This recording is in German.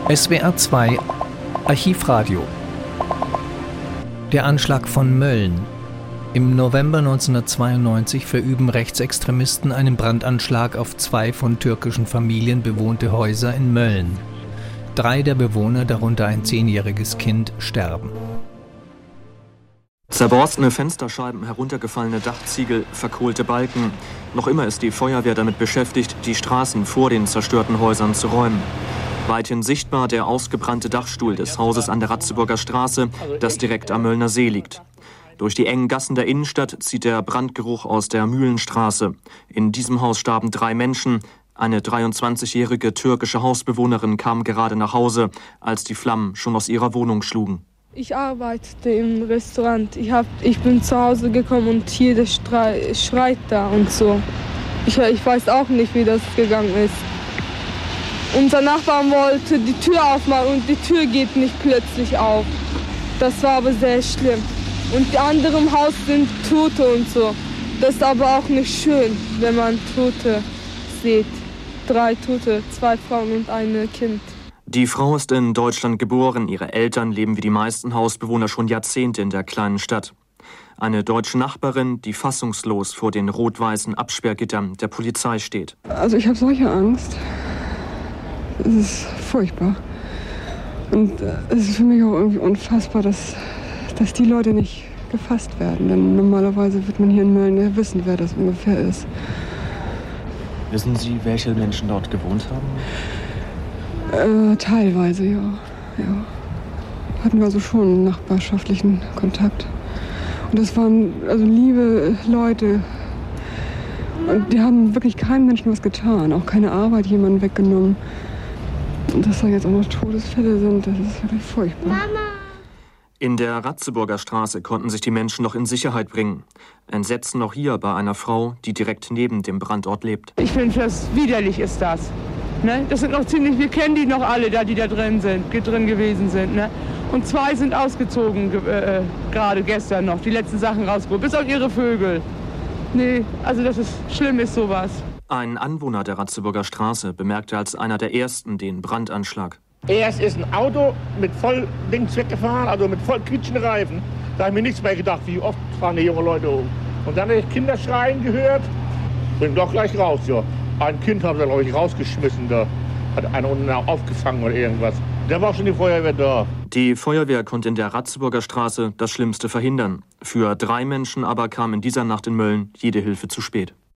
SWR 2 Archivradio. Der Anschlag von Mölln. Im November 1992 verüben Rechtsextremisten einen Brandanschlag auf 2 von türkischen Familien bewohnte Häuser in Mölln. 3 der Bewohner, darunter ein 10-jähriges Kind, sterben. Zerborstene Fensterscheiben, heruntergefallene Dachziegel, verkohlte Balken. Noch immer ist die Feuerwehr damit beschäftigt, die Straßen vor den zerstörten Häusern zu räumen. Weithin sichtbar der ausgebrannte Dachstuhl des Hauses an der Ratzeburger Straße, das direkt am Möllner See liegt. Durch die engen Gassen der Innenstadt zieht der Brandgeruch aus der Mühlenstraße. In diesem Haus starben 3 Menschen. Eine 23-jährige türkische Hausbewohnerin kam gerade nach Hause, als die Flammen schon aus ihrer Wohnung schlugen. Ich arbeitete im Restaurant. Ich bin zu Hause gekommen und jeder schreit da und so. Ich weiß auch nicht, wie das gegangen ist. Unser Nachbar wollte die Tür aufmachen und die Tür geht nicht plötzlich auf. Das war aber sehr schlimm. Und die anderen im Haus sind Tote und so. Das ist aber auch nicht schön, wenn man Tote sieht. 3 Tote, 2 Frauen und ein Kind. Die Frau ist in Deutschland geboren. Ihre Eltern leben wie die meisten Hausbewohner schon Jahrzehnte in der kleinen Stadt. Eine deutsche Nachbarin, die fassungslos vor den rot-weißen Absperrgittern der Polizei steht. Also ich habe solche Angst. Es ist furchtbar. Und es ist für mich auch irgendwie unfassbar, dass die Leute nicht gefasst werden. Denn normalerweise wird man hier in Mölln ja wissen, wer das ungefähr ist. Wissen Sie, welche Menschen dort gewohnt haben? Teilweise, ja. Hatten wir also schon nachbarschaftlichen Kontakt. Und das waren also liebe Leute. Und die haben wirklich keinem Menschen was getan, auch keine Arbeit jemandem weggenommen. Und dass da jetzt auch noch Todesfälle sind, das ist wirklich furchtbar. Mama. In der Ratzeburger Straße konnten sich die Menschen noch in Sicherheit bringen. Entsetzen auch hier bei einer Frau, die direkt neben dem Brandort lebt. Ich finde, das widerlich ist das. Ne? Das sind noch ziemlich, wir kennen die noch alle, die da drin gewesen sind. Ne? Und 2 sind ausgezogen, gerade gestern noch, die letzten Sachen rausgeholt, bis auf ihre Vögel. Nee, also das ist schlimm, ist sowas. Ein Anwohner der Ratzeburger Straße bemerkte als einer der ersten den Brandanschlag. Erst ist ein Auto mit voll Dings weggefahren, also mit voll quietschenden Reifen. Da habe ich mir nichts mehr gedacht, wie oft fahren die junge Leute um. Und dann habe ich Kinder schreien gehört, bin doch gleich raus, ja. Ein Kind haben sie, glaube ich, rausgeschmissen, da hat einer unten aufgefangen oder irgendwas. Da war schon die Feuerwehr da. Die Feuerwehr konnte in der Ratzeburger Straße das Schlimmste verhindern. Für 3 Menschen aber kam in dieser Nacht in Mölln jede Hilfe zu spät.